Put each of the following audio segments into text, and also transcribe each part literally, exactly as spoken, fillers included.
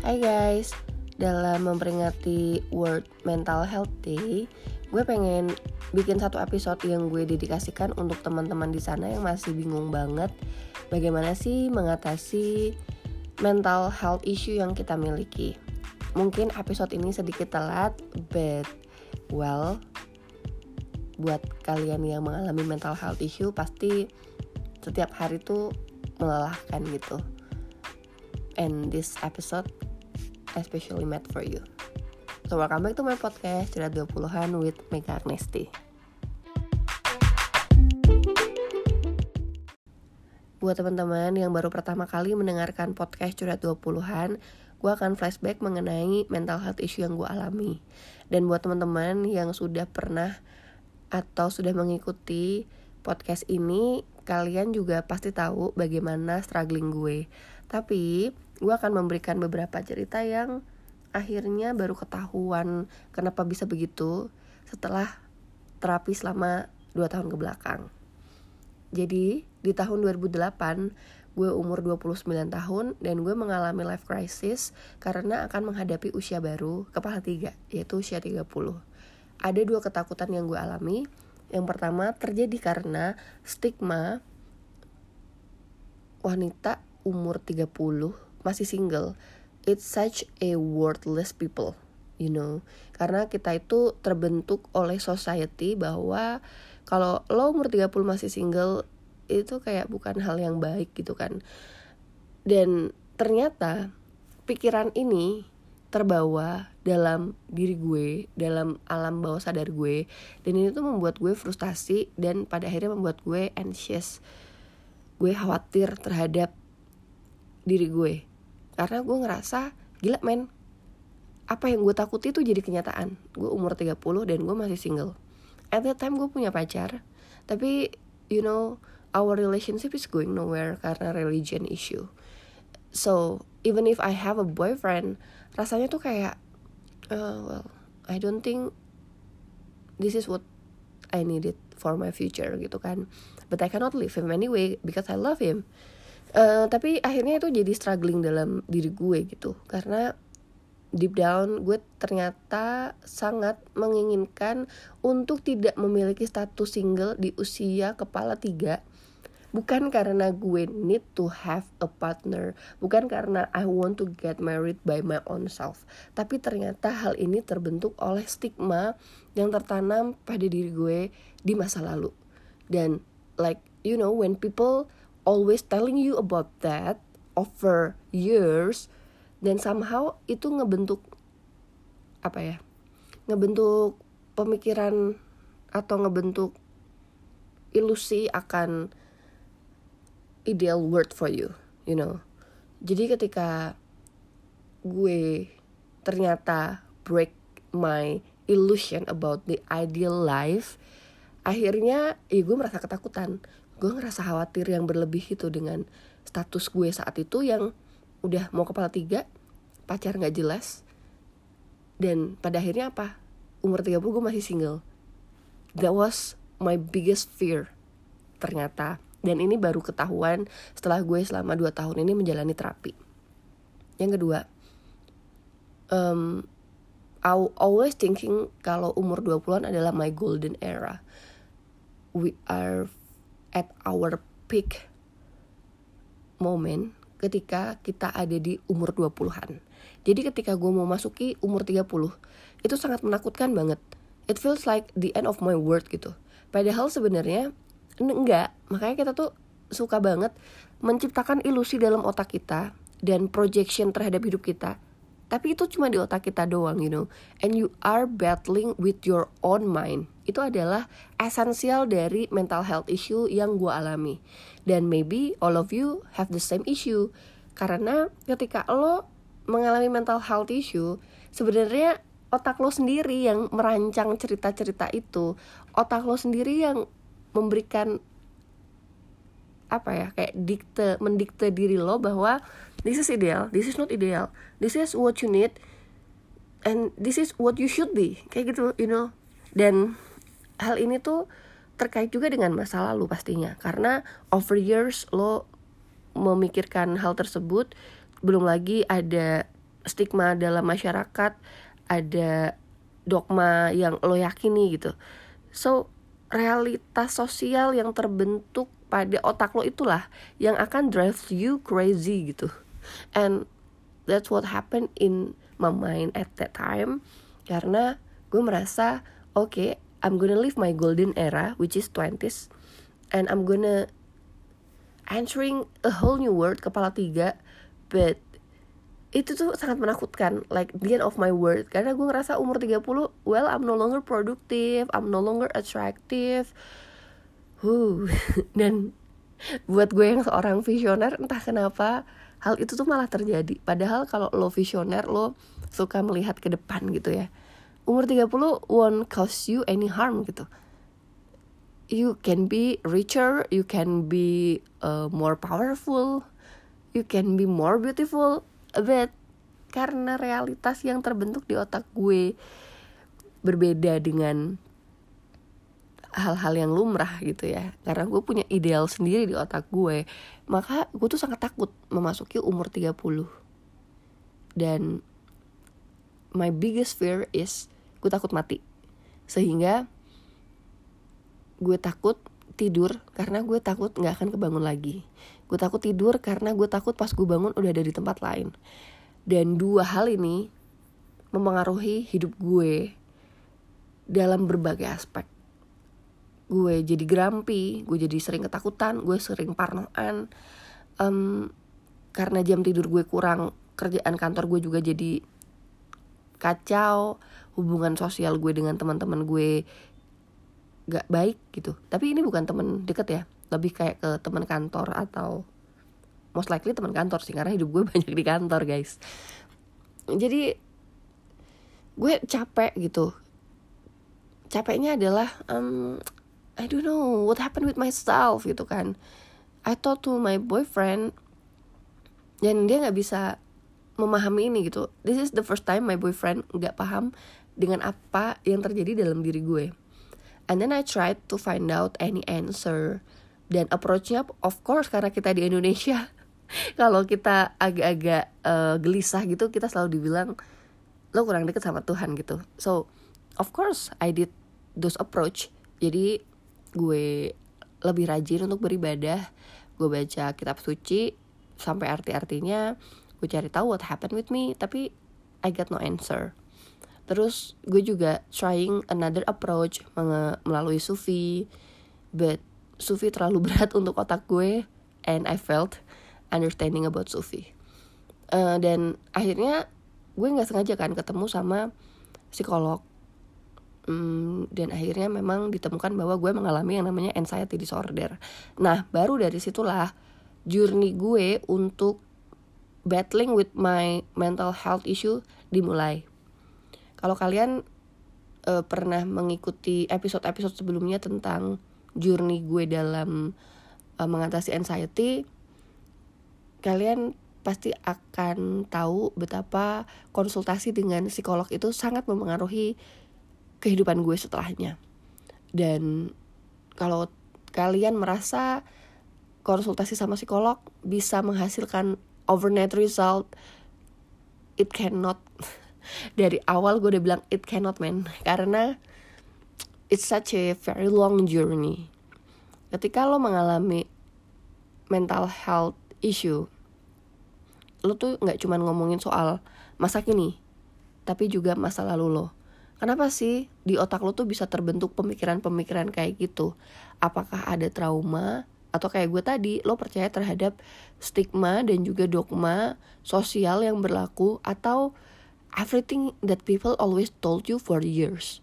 Hai guys, dalam memperingati World Mental Health Day, gue pengen bikin satu episode yang gue dedikasikan untuk teman-teman di sana yang masih bingung banget bagaimana sih mengatasi mental health issue yang kita miliki. Mungkin episode ini sedikit telat, but well, buat kalian yang mengalami mental health issue pasti setiap hari tuh melelahkan gitu. And this episode especially made for you. So welcome back to my podcast Curhat dua puluhan with Mega Agnesti. Buat teman-teman yang baru pertama kali mendengarkan podcast Curhat dua puluhan, gue akan flashback mengenai mental health issue yang gue alami. Dan buat teman-teman yang sudah pernah atau sudah mengikuti podcast ini, kalian juga pasti tahu bagaimana struggling gue. Tapi gue akan memberikan beberapa cerita yang akhirnya baru ketahuan kenapa bisa begitu setelah terapi selama dua tahun ke belakang. Jadi di tahun dua ribu delapan gue umur dua puluh sembilan tahun dan gue mengalami life crisis karena akan menghadapi usia baru kepala tiga, yaitu usia tiga puluh. Ada dua ketakutan yang gue alami. Yang pertama terjadi karena stigma wanita umur tiga puluh masih single. It's such a worthless people, you know. Karena kita itu terbentuk oleh society bahwa kalau lo umur tiga puluh masih single itu kayak bukan hal yang baik gitu kan. Dan ternyata pikiran ini terbawa dalam diri gue, dalam alam bawah sadar gue, dan ini tuh membuat gue frustasi dan pada akhirnya membuat gue anxious. Gue khawatir terhadap diri gue karena gue ngerasa gila men, apa yang gue takuti itu jadi kenyataan. Gue umur tiga puluh dan gue masih single. At that time gue punya pacar, tapi you know our relationship is going nowhere karena religion issue. So even if I have a boyfriend, rasanya tuh kayak uh, well I don't think this is what I needed for my future gitu kan. But I cannot leave him anyway because I love him. Uh, tapi akhirnya itu jadi struggling dalam diri gue gitu. Karena deep down gue ternyata sangat menginginkan untuk tidak memiliki status single di usia kepala tiga. Bukan karena gue need to have a partner, bukan karena I want to get married by my own self. Tapi ternyata hal ini terbentuk oleh stigma yang tertanam pada diri gue di masa lalu. Dan like you know when people always telling you about that over years, dan somehow itu ngebentuk apa ya? Ngebentuk pemikiran atau ngebentuk ilusi akan ideal world for you, you know. Jadi ketika gue ternyata break my illusion about the ideal life, akhirnya ya gue merasa ketakutan. Gue ngerasa khawatir yang berlebih itu dengan status gue saat itu yang udah mau kepala tiga, pacar gak jelas. Dan pada akhirnya apa? Umur tiga puluh gue masih single. That was my biggest fear ternyata. Dan ini baru ketahuan setelah gue selama dua tahun ini menjalani terapi. Yang kedua, um, I always thinking kalau umur dua puluhan adalah my golden era. We are at our peak moment ketika kita ada di umur dua puluhan. Jadi ketika gue mau masuki umur tiga puluh, itu sangat menakutkan banget. It feels like the end of my world gitu. Padahal sebenarnya enggak. Makanya kita tuh suka banget menciptakan ilusi dalam otak kita dan projection terhadap hidup kita. Tapi itu cuma di otak kita doang, you know. And you are battling with your own mind. Itu adalah esensial dari mental health issue yang gue alami. Dan maybe all of you have the same issue. Karena ketika lo mengalami mental health issue, sebenarnya otak lo sendiri yang merancang cerita-cerita itu. Otak lo sendiri yang memberikan apa ya, kayak dikte, mendikte diri lo bahwa this is ideal, this is not ideal, this is what you need, and this is what you should be, kayak gitu, you know. Dan hal ini tuh terkait juga dengan masa lalu pastinya, karena over years lo memikirkan hal tersebut, belum lagi ada stigma dalam masyarakat, ada dogma yang lo yakini gitu. So realitas sosial yang terbentuk pada otak lo itulah yang akan drive you crazy gitu. And that's what happened in my mind at that time. Karena gue merasa okay, I'm gonna live my golden era, which is twenties, and I'm gonna entering a whole new world, kepala tiga. But itu tuh sangat menakutkan, like the end of my world. Karena gue ngerasa umur tiga puluh, well, I'm no longer productive, I'm no longer attractive. Huh. Dan buat gue yang seorang visioner, entah kenapa hal itu tuh malah terjadi. Padahal kalau lo visioner, lo suka melihat ke depan gitu ya. Umur tiga puluh won't cause you any harm gitu. You can be richer, you can be uh, more powerful, you can be more beautiful. But karena realitas yang terbentuk di otak gue berbeda dengan hal-hal yang lumrah gitu ya, karena gue punya ideal sendiri di otak gue, maka gue tuh sangat takut memasuki umur tiga puluh. Dan my biggest fear is gue takut mati. Sehingga gue takut tidur karena gue takut gak akan kebangun lagi. Gue takut tidur karena gue takut pas gue bangun udah ada di tempat lain. Dan dua hal ini mempengaruhi hidup gue dalam berbagai aspek. Gue jadi grumpy, gue jadi sering ketakutan, gue sering parnoan. um, Karena jam tidur gue kurang, kerjaan kantor gue juga jadi kacau. Hubungan sosial gue dengan teman-teman gue gak baik gitu. Tapi ini bukan teman deket ya, lebih kayak ke teman kantor, atau most likely teman kantor sih, karena hidup gue banyak di kantor guys. Jadi gue capek gitu. Capeknya adalah um, I don't know what happened with myself gitu kan. I talk to my boyfriend dan dia gak bisa memahami ini gitu. This is the first time my boyfriend gak paham dengan apa yang terjadi dalam diri gue. And then I tried to find out any answer. Dan approach-nya of course karena kita di Indonesia, kalau kita agak-agak uh, gelisah gitu, kita selalu dibilang lo kurang dekat sama Tuhan gitu. So of course I did those approach. Jadi gue lebih rajin untuk beribadah. Gue baca kitab suci sampai arti-artinya. Gue cari tahu what happened with me, tapi I got no answer. Terus gue juga trying another approach melalui Sufi, but Sufi terlalu berat untuk otak gue, and I felt understanding about Sufi. Uh, dan akhirnya gue nggak sengaja kan ketemu sama psikolog, um, dan akhirnya memang ditemukan bahwa gue mengalami yang namanya anxiety disorder. Nah, baru dari situlah journey gue untuk battling with my mental health issue dimulai. Kalau kalian uh, pernah mengikuti episode-episode sebelumnya tentang journey gue dalam uh, mengatasi anxiety, kalian pasti akan tahu betapa konsultasi dengan psikolog itu sangat mempengaruhi kehidupan gue setelahnya. Dan kalau kalian merasa konsultasi sama psikolog bisa menghasilkan overnight result, it cannot. Dari awal gue udah bilang it cannot man, karena it's such a very long journey. Ketika lo mengalami mental health issue, lo tuh gak cuma ngomongin soal masa kini, tapi juga masa lalu lo. Kenapa sih di otak lo tuh bisa terbentuk pemikiran-pemikiran kayak gitu? Apakah ada trauma? Atau kayak gue tadi, lo percaya terhadap stigma dan juga dogma sosial yang berlaku, atau everything that people always told you for years.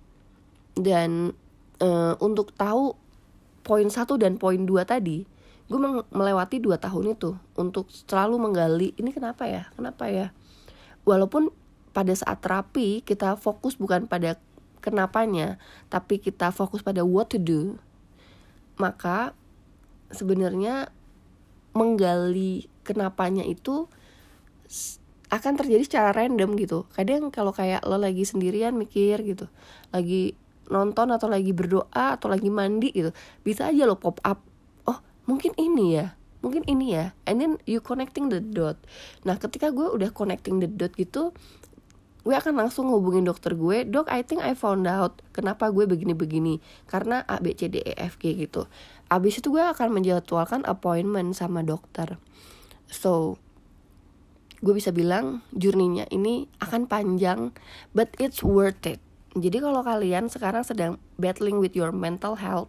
Dan uh, untuk tahu poin satu dan poin dua tadi, gue melewati dua tahun itu untuk selalu menggali ini kenapa ya, kenapa ya. Walaupun pada saat terapi kita fokus bukan pada kenapanya, tapi kita fokus pada what to do. Maka sebenarnya menggali kenapanya itu akan terjadi secara random gitu. Kadang kalau kayak lo lagi sendirian mikir gitu, lagi nonton atau lagi berdoa atau lagi mandi gitu, bisa aja lo pop up, oh mungkin ini ya, mungkin ini ya, and then you connecting the dot. Nah ketika gue udah connecting the dot gitu, gue akan langsung hubungin dokter gue, dok I think I found out kenapa gue begini-begini, karena A B C D E F G gitu. Abis itu gue akan menjadwalkan appointment sama dokter. So gue bisa bilang journey-nya ini akan panjang, but it's worth it. Jadi kalau kalian sekarang sedang battling with your mental health,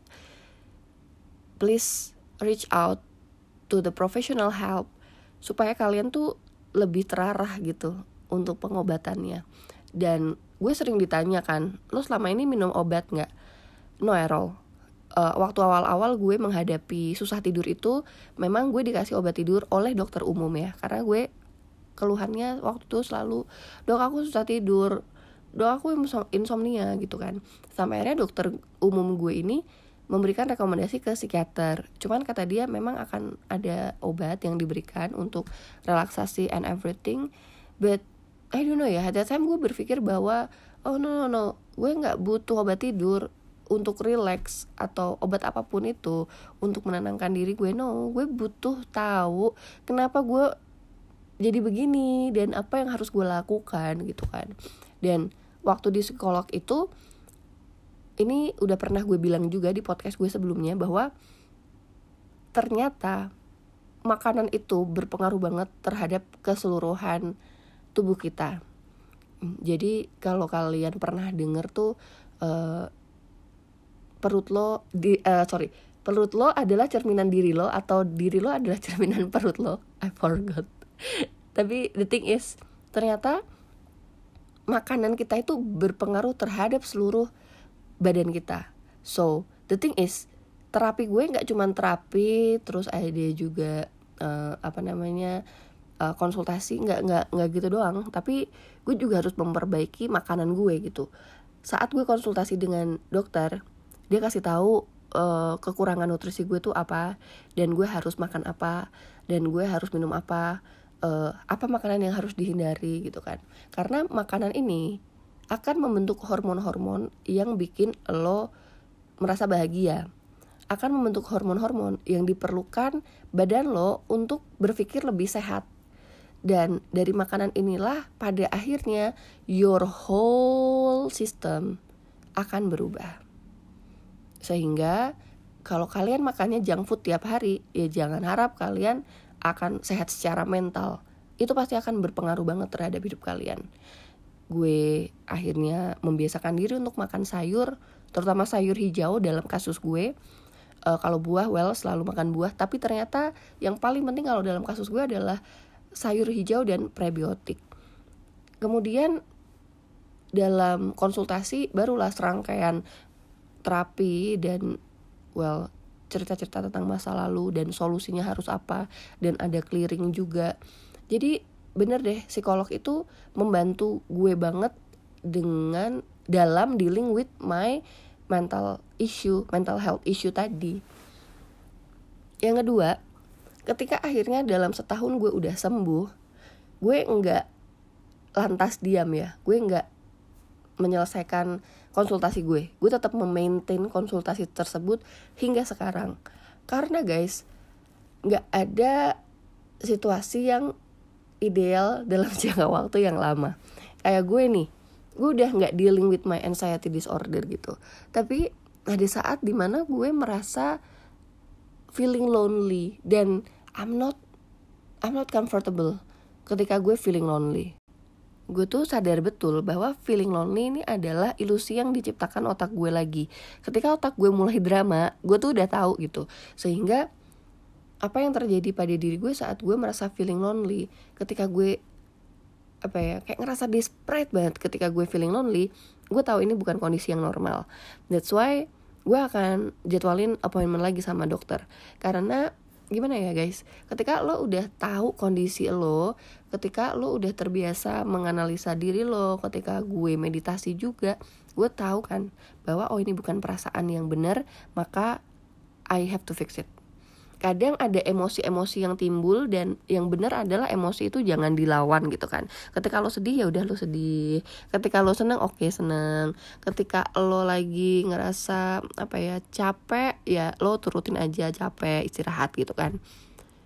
please reach out to the professional help supaya kalian tuh lebih terarah gitu untuk pengobatannya. Dan gue sering ditanya kan, lo selama ini minum obat gak? No at all. Uh, waktu awal-awal gue menghadapi susah tidur itu, memang gue dikasih obat tidur oleh dokter umum ya, karena gue keluhannya waktu itu selalu, dok aku susah tidur, dok aku insomnia gitu kan. Sampai akhirnya dokter umum gue ini memberikan rekomendasi ke psikiater. Cuman kata dia memang akan ada obat yang diberikan untuk relaksasi and everything. But I don't know ya, at that time gue berpikir bahwa oh no no no, gue gak butuh obat tidur untuk relax atau obat apapun itu untuk menenangkan diri gue. No, gue butuh tahu kenapa gue jadi begini dan apa yang harus gue lakukan gitu kan. Dan waktu di psikolog itu, ini udah pernah gue bilang juga di podcast gue sebelumnya, bahwa ternyata makanan itu berpengaruh banget terhadap keseluruhan tubuh kita. Jadi kalau kalian pernah denger tuh uh, perut lo di uh, sorry perut lo adalah cerminan diri lo, atau diri lo adalah cerminan perut lo, I forgot. Tapi the thing is, ternyata makanan kita itu berpengaruh terhadap seluruh badan kita. So the thing is, terapi gue nggak cuma terapi, terus ada juga uh, apa namanya uh, konsultasi, nggak nggak nggak gitu doang. Tapi gue juga harus memperbaiki makanan gue gitu. Saat gue konsultasi dengan dokter, dia kasih tahu uh, kekurangan nutrisi gue tuh apa, dan gue harus makan apa, dan gue harus minum apa. Uh, apa makanan yang harus dihindari gitu kan. Karena makanan ini akan membentuk hormon-hormon yang bikin lo merasa bahagia, akan membentuk hormon-hormon yang diperlukan badan lo untuk berpikir lebih sehat. Dan dari makanan inilah pada akhirnya your whole system akan berubah. Sehingga kalau kalian makannya junk food tiap hari, ya jangan harap kalian akan sehat secara mental. Itu pasti akan berpengaruh banget terhadap hidup kalian. Gue akhirnya membiasakan diri untuk makan sayur, terutama sayur hijau dalam kasus gue. Uh, kalau buah, well selalu makan buah. Tapi ternyata yang paling penting kalau dalam kasus gue adalah sayur hijau dan prebiotik. Kemudian dalam konsultasi barulah serangkaian terapi dan well cerita-cerita tentang masa lalu dan solusinya harus apa, dan ada clearing juga. Jadi bener deh, psikolog itu membantu gue banget dengan dalam dealing with my mental issue, mental health issue tadi. Yang kedua, ketika akhirnya dalam setahun gue udah sembuh, gue enggak lantas diam ya, gue enggak menyelesaikan konsultasi gue. Gue tetap memaintain konsultasi tersebut hingga sekarang. Karena guys, gak ada situasi yang ideal dalam jangka waktu yang lama. Kayak gue nih, gue udah gak dealing with my anxiety disorder gitu. Tapi ada saat dimana gue merasa feeling lonely, dan I'm not I'm not comfortable ketika gue feeling lonely. Gue tuh sadar betul bahwa feeling lonely ini adalah ilusi yang diciptakan otak gue lagi. Ketika otak gue mulai drama, gue tuh udah tahu gitu. Sehingga apa yang terjadi pada diri gue saat gue merasa feeling lonely, ketika gue apa ya, kayak ngerasa desperate banget ketika gue feeling lonely, gue tahu ini bukan kondisi yang normal. That's why gue akan jadwalin appointment lagi sama dokter. Karena gimana ya guys, ketika lo udah tahu kondisi lo, ketika lo udah terbiasa menganalisa diri lo, ketika gue meditasi juga, gue tahu kan bahwa oh ini bukan perasaan yang benar, maka I have to fix it. Kadang ada emosi-emosi yang timbul, dan yang benar adalah emosi itu jangan dilawan gitu kan. Ketika lo sedih ya udah lo sedih, ketika lo senang oke okay, senang, ketika lo lagi ngerasa apa ya capek ya lo turutin aja capek, istirahat gitu kan.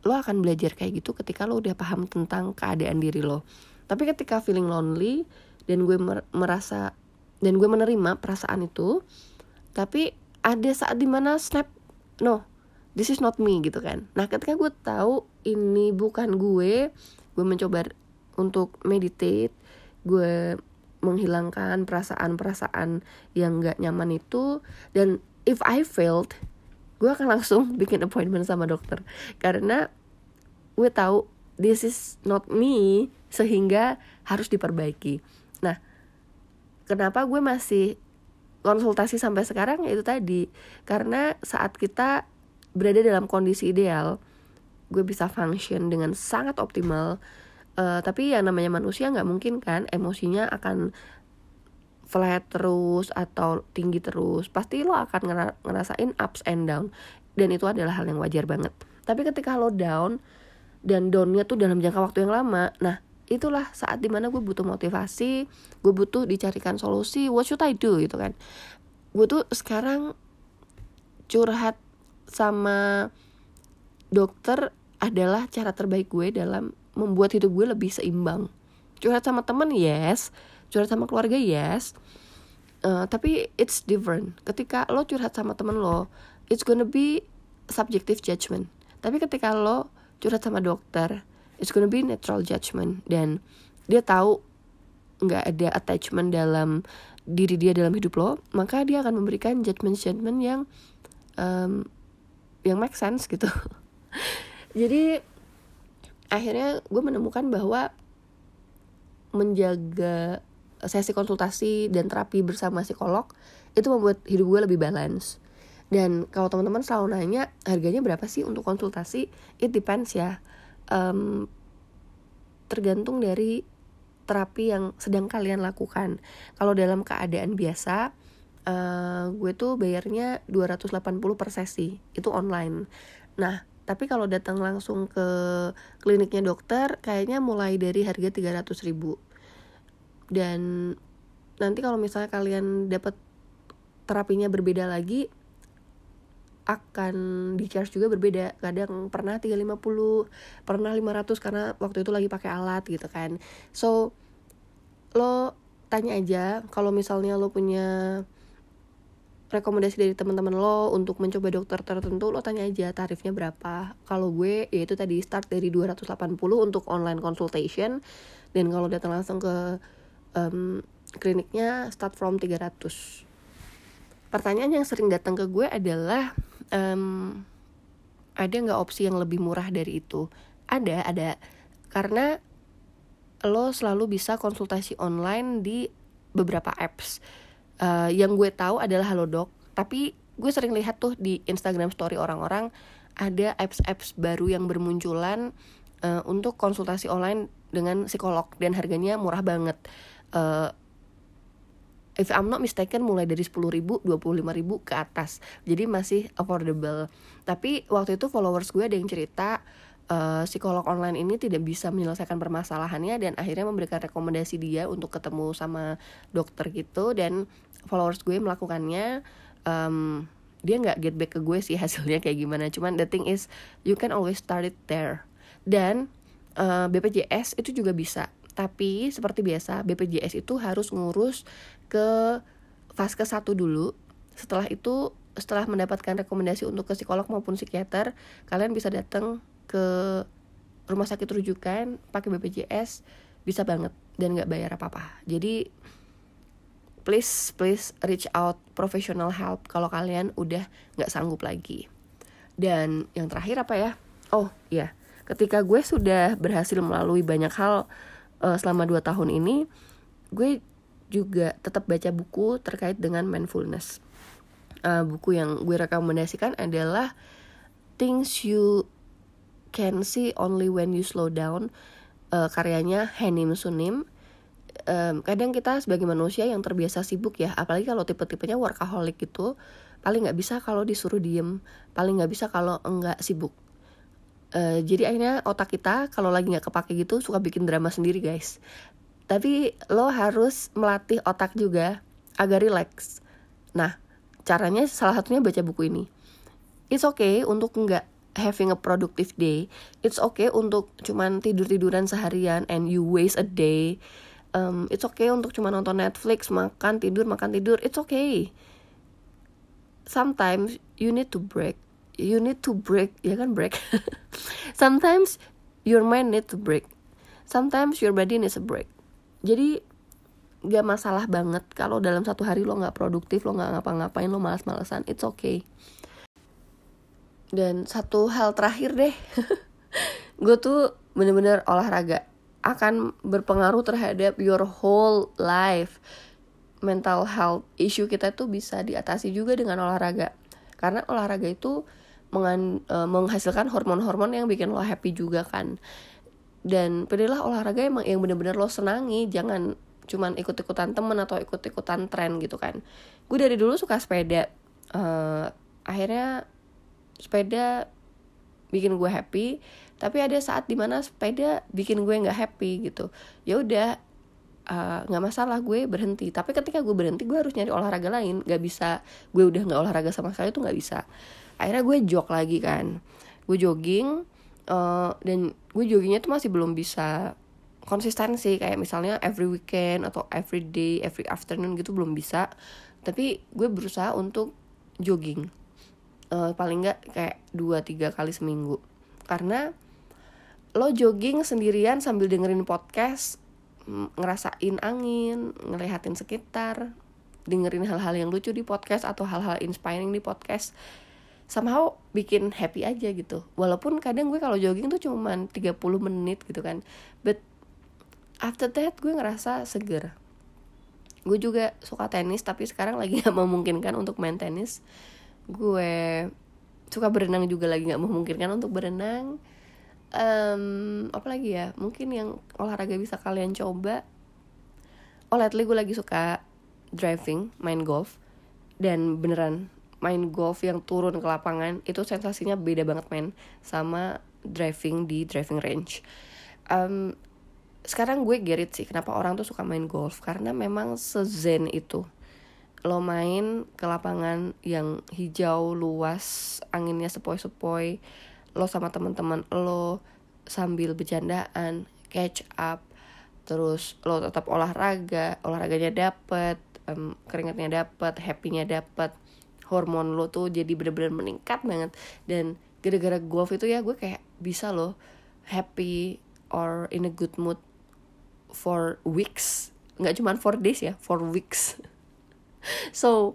lo akan belajar kayak gitu ketika lo udah paham tentang keadaan diri lo. Tapi ketika feeling lonely dan gue mer- merasa dan gue menerima perasaan itu, tapi ada saat dimana snap, no, this is not me gitu kan. Nah ketika gue tahu ini bukan gue, gue mencoba untuk meditate, gue menghilangkan perasaan-perasaan yang gak nyaman itu. Dan if I failed, gue akan langsung bikin appointment sama dokter, karena gue tahu this is not me, sehingga harus diperbaiki. Nah, kenapa gue masih konsultasi sampai sekarang? Itu tadi, karena saat kita berada dalam kondisi ideal, gue bisa function dengan sangat optimal. uh, Tapi yang namanya manusia gak mungkin kan emosinya akan flat terus atau tinggi terus. Pasti lo akan ngerasain ups and down, dan itu adalah hal yang wajar banget. Tapi ketika lo down, dan downnya tuh dalam jangka waktu yang lama, nah itulah saat dimana gue butuh motivasi, gue butuh dicarikan solusi. What should I do gitu kan. Gue tuh sekarang curhat sama dokter adalah cara terbaik gue dalam membuat hidup gue lebih seimbang. Curhat sama temen yes, curhat sama keluarga yes, uh, tapi it's different. Ketika lo curhat sama temen lo, it's gonna be subjective judgment. Tapi ketika lo curhat sama dokter, it's gonna be natural judgment. Dan dia tahu nggak ada attachment dalam diri dia dalam hidup lo, maka dia akan memberikan judgment-judgment yang um, yang make sense gitu. Jadi akhirnya gue menemukan bahwa menjaga sesi konsultasi dan terapi bersama psikolog itu membuat hidup gue lebih balance. Dan kalau teman-teman selalu nanya harganya berapa sih untuk konsultasi, it depends ya, um, tergantung dari terapi yang sedang kalian lakukan. Kalau dalam keadaan biasa, uh, gue tuh bayarnya dua ratus delapan puluh per sesi, itu online. Nah tapi kalau datang langsung ke kliniknya dokter, kayaknya mulai dari harga tiga ratus ribu. Dan nanti kalau misalnya kalian dapat terapinya berbeda lagi, akan di-charge juga berbeda. Kadang pernah tiga ratus lima puluh, pernah lima ratus karena waktu itu lagi pakai alat gitu kan. So, lo tanya aja kalau misalnya lo punya rekomendasi dari teman-teman lo untuk mencoba dokter tertentu, lo tanya aja tarifnya berapa. Kalau gue ya itu tadi start dari dua ratus delapan puluh untuk online consultation, dan kalau datang langsung ke um, kliniknya start from tiga ratus. Pertanyaan yang sering datang ke gue adalah um, ada nggak opsi yang lebih murah dari itu? Ada, ada. Karena lo selalu bisa konsultasi online di beberapa apps. Uh, yang gue tahu adalah Halodoc, tapi gue sering lihat tuh di Instagram story orang-orang ada apps-apps baru yang bermunculan uh, untuk konsultasi online dengan psikolog, dan harganya murah banget. Uh, if I'm not mistaken mulai dari sepuluh ribu, dua puluh lima ribu ke atas, jadi masih affordable. Tapi waktu itu followers gue ada yang cerita uh, psikolog online ini tidak bisa menyelesaikan permasalahannya, dan akhirnya memberikan rekomendasi dia untuk ketemu sama dokter gitu. Dan followers gue melakukannya, um, dia nggak get back ke gue sih hasilnya kayak gimana. Cuman the thing is you can always start it there. Dan uh, B P J S itu juga bisa, tapi seperti biasa B P J S itu harus ngurus ke fase satu dulu. Setelah itu, setelah mendapatkan rekomendasi untuk ke psikolog maupun psikiater, kalian bisa datang ke rumah sakit rujukan pakai B P J S, bisa banget dan nggak bayar apa-apa. Jadi please please reach out professional help kalau kalian udah nggak sanggup lagi. Dan yang terakhir apa ya? Oh iya, ketika gue sudah berhasil melalui banyak hal uh, selama dua tahun ini, gue juga tetap baca buku terkait dengan mindfulness. Uh, buku yang gue rekomendasikan adalah Things You Can See Only When You Slow Down, uh, karyanya Hanim Sunim. Um, kadang kita sebagai manusia yang terbiasa sibuk ya, apalagi kalau tipe-tipenya workaholic gitu, paling nggak bisa kalau disuruh diem, paling nggak bisa kalau enggak sibuk. Uh, jadi akhirnya otak kita kalau lagi nggak kepake gitu suka bikin drama sendiri guys. Tapi lo harus melatih otak juga agar relax. Nah, caranya salah satunya baca buku ini. It's okay untuk nggak having a productive day. It's okay untuk cuman tidur-tiduran seharian and you waste a day. um, It's okay untuk cuman nonton Netflix, makan tidur makan tidur. It's okay. Sometimes you need to break. You need to break, ya kan break. Sometimes your mind need to break. Sometimes your body needs a break. Jadi gak masalah banget kalau dalam satu hari lo gak produktif, lo gak ngapa-ngapain, lo malas-malesan. It's okay. Dan satu hal terakhir deh, gue tuh bener-bener olahraga akan berpengaruh terhadap your whole life. Mental health issue kita tuh bisa diatasi juga dengan olahraga. Karena olahraga itu mengan, uh, menghasilkan hormon-hormon yang bikin lo happy juga kan. Dan pilihlah olahraga emang yang bener-bener lo senangi, jangan cuman ikut-ikutan temen atau ikut-ikutan tren gitu kan. Gue dari dulu suka sepeda, uh, akhirnya sepeda bikin gue happy, tapi ada saat dimana sepeda bikin gue nggak happy gitu. Ya udah, nggak uh, masalah gue berhenti. Tapi ketika gue berhenti, gue harus nyari olahraga lain. Nggak bisa gue udah nggak olahraga sama sekali, itu nggak bisa. Akhirnya gue jog lagi kan, gue jogging, uh, dan gue joggingnya tuh masih belum bisa konsistensi kayak misalnya every weekend atau every day, every afternoon gitu, belum bisa. Tapi gue berusaha untuk jogging. Uh, paling nggak kayak dua tiga kali seminggu. Karena lo jogging sendirian sambil dengerin podcast, ngerasain angin, ngelihatin sekitar, dengerin hal-hal yang lucu di podcast atau hal-hal inspiring di podcast, somehow bikin happy aja gitu. Walaupun kadang gue kalau jogging tuh cuma tiga puluh menit gitu kan, but after that gue ngerasa seger. Gue juga suka tenis, tapi sekarang lagi gak memungkinkan untuk main tenis. Gue suka berenang juga, lagi gak memungkinkan untuk berenang. Um, apa lagi ya, mungkin yang olahraga bisa kalian coba. Oh, lately gue lagi suka driving, main golf. Dan beneran main golf yang turun ke lapangan itu sensasinya beda banget men, sama driving di driving range. um, Sekarang gue get it sih kenapa orang tuh suka main golf, karena memang se-zen itu lo main ke lapangan yang hijau, luas, anginnya sepoi-sepoi, lo sama teman-teman lo sambil bercandaan, catch up, terus lo tetap olahraga, olahraganya dapet, um, keringatnya dapet, happy-nya dapet, hormon lo tuh jadi bener-bener meningkat banget. Dan gara-gara golf itu ya gue kayak bisa lo happy or in a good mood for weeks, nggak cuma for days ya, for weeks. So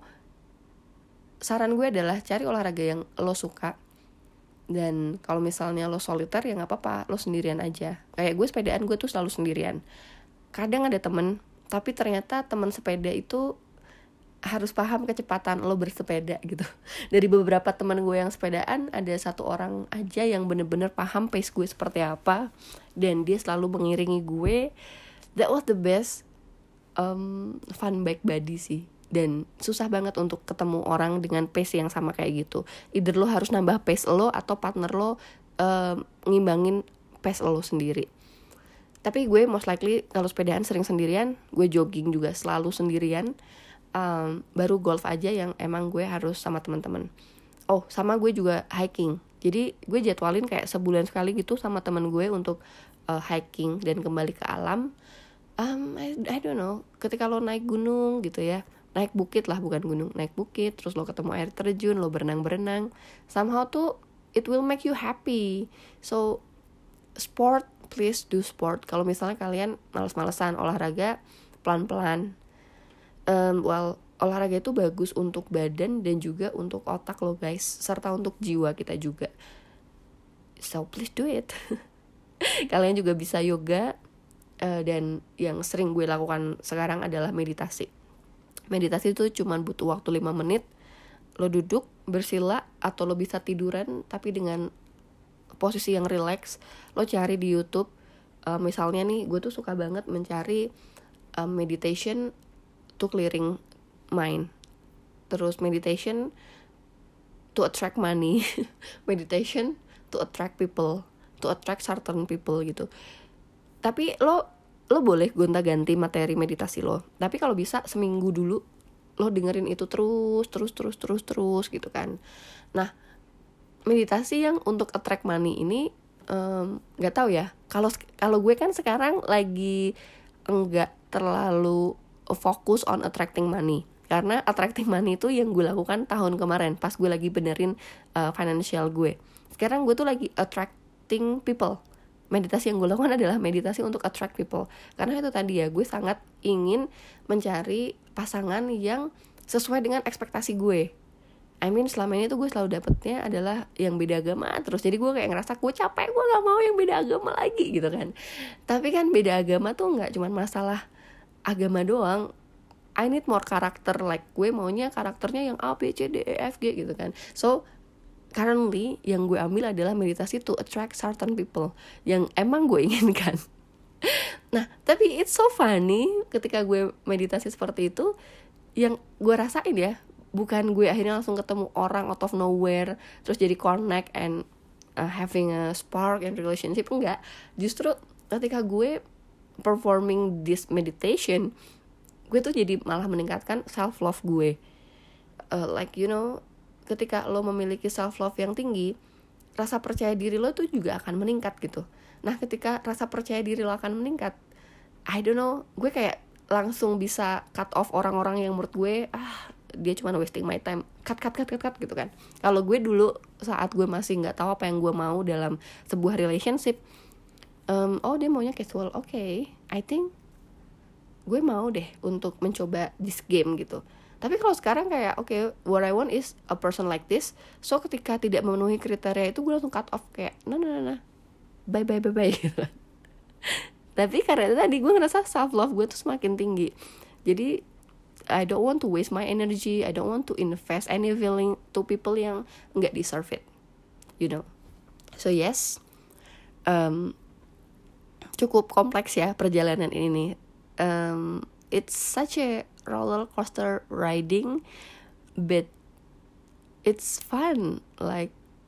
saran gue adalah cari olahraga yang lo suka. Dan kalau misalnya lo soliter ya gak apa-apa, lo sendirian aja. Kayak gue sepedaan, gue tuh selalu sendirian. Kadang ada temen, tapi ternyata temen sepeda itu harus paham kecepatan lo bersepeda gitu. Dari beberapa temen gue yang sepedaan, ada satu orang aja yang bener-bener paham pace gue seperti apa, dan dia selalu mengiringi gue. That was the best um, fun bike buddy sih. Dan susah banget untuk ketemu orang dengan pace yang sama kayak gitu. Either lo harus nambah pace lo atau partner lo uh, ngimbangin pace lo sendiri. Tapi gue most likely kalau sepedaan sering sendirian, gue jogging juga selalu sendirian. Um, baru golf aja yang emang gue harus sama teman-teman. Oh, sama gue juga hiking. Jadi gue jadwalin kayak sebulan sekali gitu sama teman gue untuk uh, hiking dan kembali ke alam. Um, I, I don't know. Ketika lo naik gunung gitu ya, naik bukit lah, bukan gunung, naik bukit, terus lo ketemu air terjun, lo berenang-berenang, somehow tuh it will make you happy. So sport, please do sport. Kalau misalnya kalian males-malesan olahraga, pelan-pelan. Um, well, olahraga itu bagus untuk badan dan juga untuk otak lo guys, serta untuk jiwa kita juga. So please do it. Kalian juga bisa yoga, uh, dan yang sering gue lakukan sekarang adalah meditasi. Meditasi itu cuma butuh waktu lima menit. Lo duduk bersila atau lo bisa tiduran tapi dengan posisi yang relax. Lo cari di YouTube, uh, misalnya nih gue tuh suka banget mencari uh, meditation to clearing mind, terus meditation to attract money, meditation to attract people, to attract certain people gitu. Tapi lo lo boleh gonta-ganti materi meditasi lo. Tapi kalau bisa seminggu dulu lo dengerin itu terus, terus, terus, terus, terus gitu kan. Nah, meditasi yang untuk attract money ini nggak um, tahu ya. Kalau kalau gue kan sekarang lagi enggak terlalu fokus on attracting money, karena attracting money itu yang gue lakukan tahun kemarin pas gue lagi benerin uh, financial gue. Sekarang gue tuh lagi attracting people. Meditasi yang gue lakukan adalah meditasi untuk attract people, karena itu tadi ya, gue sangat ingin mencari pasangan yang sesuai dengan ekspektasi gue. I mean selama ini tuh gue selalu dapetnya adalah yang beda agama terus. Jadi gue kayak ngerasa gue capek, gue gak mau yang beda agama lagi gitu kan. Tapi kan beda agama tuh gak cuma masalah agama doang. I need more karakter, like gue maunya karakternya yang A, B, C, D, E, F, G gitu kan. So currently yang gue ambil adalah meditasi to attract certain people yang emang gue inginkan. Nah tapi it's so funny ketika gue meditasi seperti itu, yang gue rasain ya, bukan gue akhirnya langsung ketemu orang out of nowhere terus jadi connect and uh, having a spark and relationship. Enggak, justru ketika gue performing this meditation, gue tuh jadi malah meningkatkan self love gue. uh, like you know, ketika lo memiliki self love yang tinggi, rasa percaya diri lo tuh juga akan meningkat gitu. Nah ketika rasa percaya diri lo akan meningkat, I don't know, gue kayak langsung bisa cut off orang-orang yang menurut gue ah dia cuma wasting my time, cut cut cut cut cut gitu kan. Kalau gue dulu saat gue masih nggak tahu apa yang gue mau dalam sebuah relationship, um, oh dia maunya casual, oke, okay, I think gue mau deh untuk mencoba this game gitu. Tapi kalau sekarang kayak oke, okay, what I want is a person like this. So ketika tidak memenuhi kriteria itu gue langsung cut off, kayak nah nah nah, bye bye bye bye gitu. Tapi karena tadi gue ngerasa self love gue tuh semakin tinggi, jadi I don't want to waste my energy. I don't want to invest any feeling to people yang nggak deserve it, you know. So yes, um, cukup kompleks ya perjalanan ini nih. Um, it's such a roller coaster riding, but it's fun. Like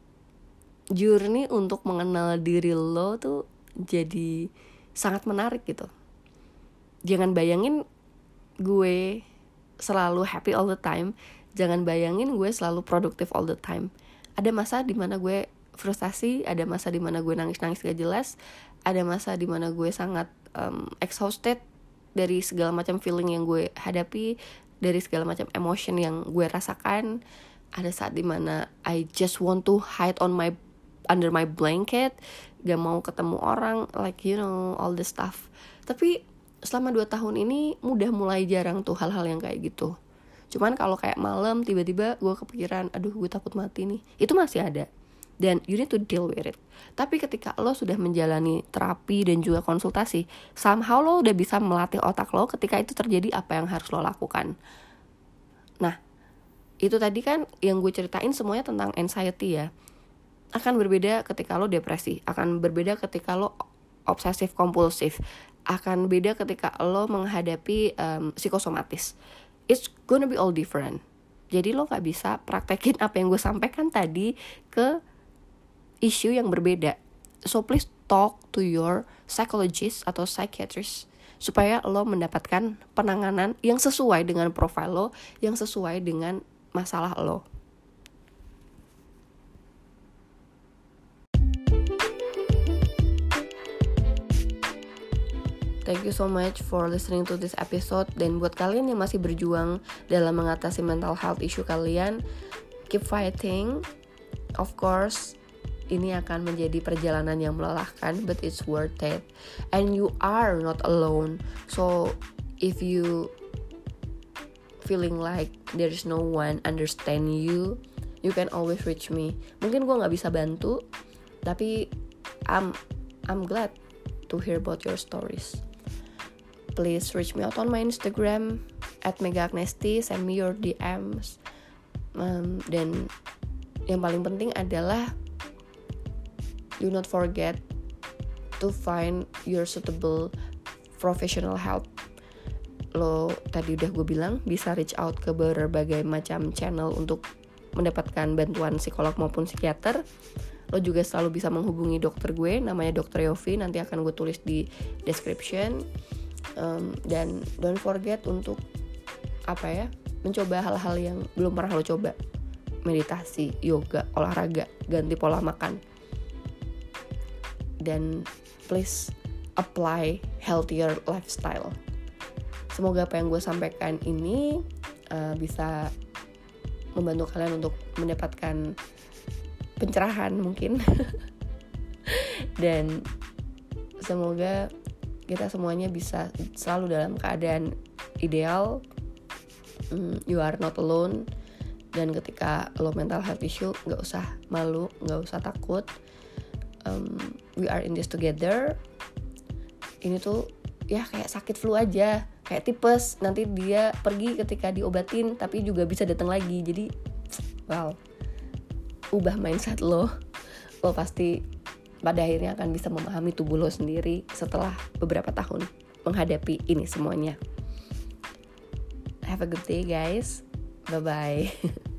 journey untuk mengenal diri lo tuh jadi sangat menarik gitu. Jangan bayangin gue selalu happy all the time, jangan bayangin gue selalu produktif all the time. Ada masa dimana gue frustasi, ada masa dimana gue nangis-nangis gak jelas, ada masa dimana gue sangat um, exhausted dari segala macam feeling yang gue hadapi, dari segala macam emotion yang gue rasakan. Ada saat dimana I just want to hide on my under my blanket, gak mau ketemu orang, like you know all this stuff. Tapi selama dua tahun ini udah mulai jarang tuh hal-hal yang kayak gitu. Cuman kalau kayak malam tiba-tiba gue kepikiran, aduh gue takut mati nih, itu masih ada. Dan you need to deal with it. Tapi ketika lo sudah menjalani terapi dan juga konsultasi, somehow lo udah bisa melatih otak lo ketika itu terjadi apa yang harus lo lakukan. Nah, itu tadi kan yang gue ceritain semuanya tentang anxiety ya. Akan berbeda ketika lo depresi, akan berbeda ketika lo obsesif kompulsif, akan beda ketika lo menghadapi um, psikosomatis. It's gonna be all different. Jadi lo gak bisa praktekin apa yang gue sampaikan tadi ke isu yang berbeda. So please talk to your psychologist atau psychiatrist supaya lo mendapatkan penanganan yang sesuai dengan profil lo, yang sesuai dengan masalah lo. Thank you so much for listening to this episode. Dan buat kalian yang masih berjuang dalam mengatasi mental health issue kalian, keep fighting. Of course, ini akan menjadi perjalanan yang melelahkan, but it's worth it. And you are not alone. So, if you feeling like there is no one understand you, you can always reach me. Mungkin gue gak bisa bantu, tapi I'm, I'm glad to hear about your stories. Please reach me out on my Instagram at mega agnesti, send me your D Ms. Um, dan yang paling penting adalah do not forget to find your suitable professional help. Lo tadi udah gue bilang bisa reach out ke berbagai macam channel untuk mendapatkan bantuan psikolog maupun psikiater. Lo juga selalu bisa menghubungi dokter gue, namanya dokter Yofi, nanti akan gue tulis di description. Um, dan don't forget untuk apa ya, mencoba hal-hal yang belum pernah lo coba. meditasi, yoga, olahraga, ganti pola makan. Dan please apply healthier lifestyle. Semoga apa yang gue sampaikan ini uh, bisa membantu kalian untuk mendapatkan pencerahan mungkin. Dan semoga kita semuanya bisa selalu dalam keadaan ideal. um, You are not alone. Dan ketika lo mental health issue, gak usah malu, gak usah takut. um, We are in this together. Ini tuh ya kayak sakit flu aja, kayak tipes, nanti dia pergi ketika diobatin tapi juga bisa datang lagi. Jadi wow, ubah mindset lo. Lo pasti pada akhirnya akan bisa memahami tubuh lo sendiri setelah beberapa tahun menghadapi ini semuanya. Have a good day guys. Bye bye.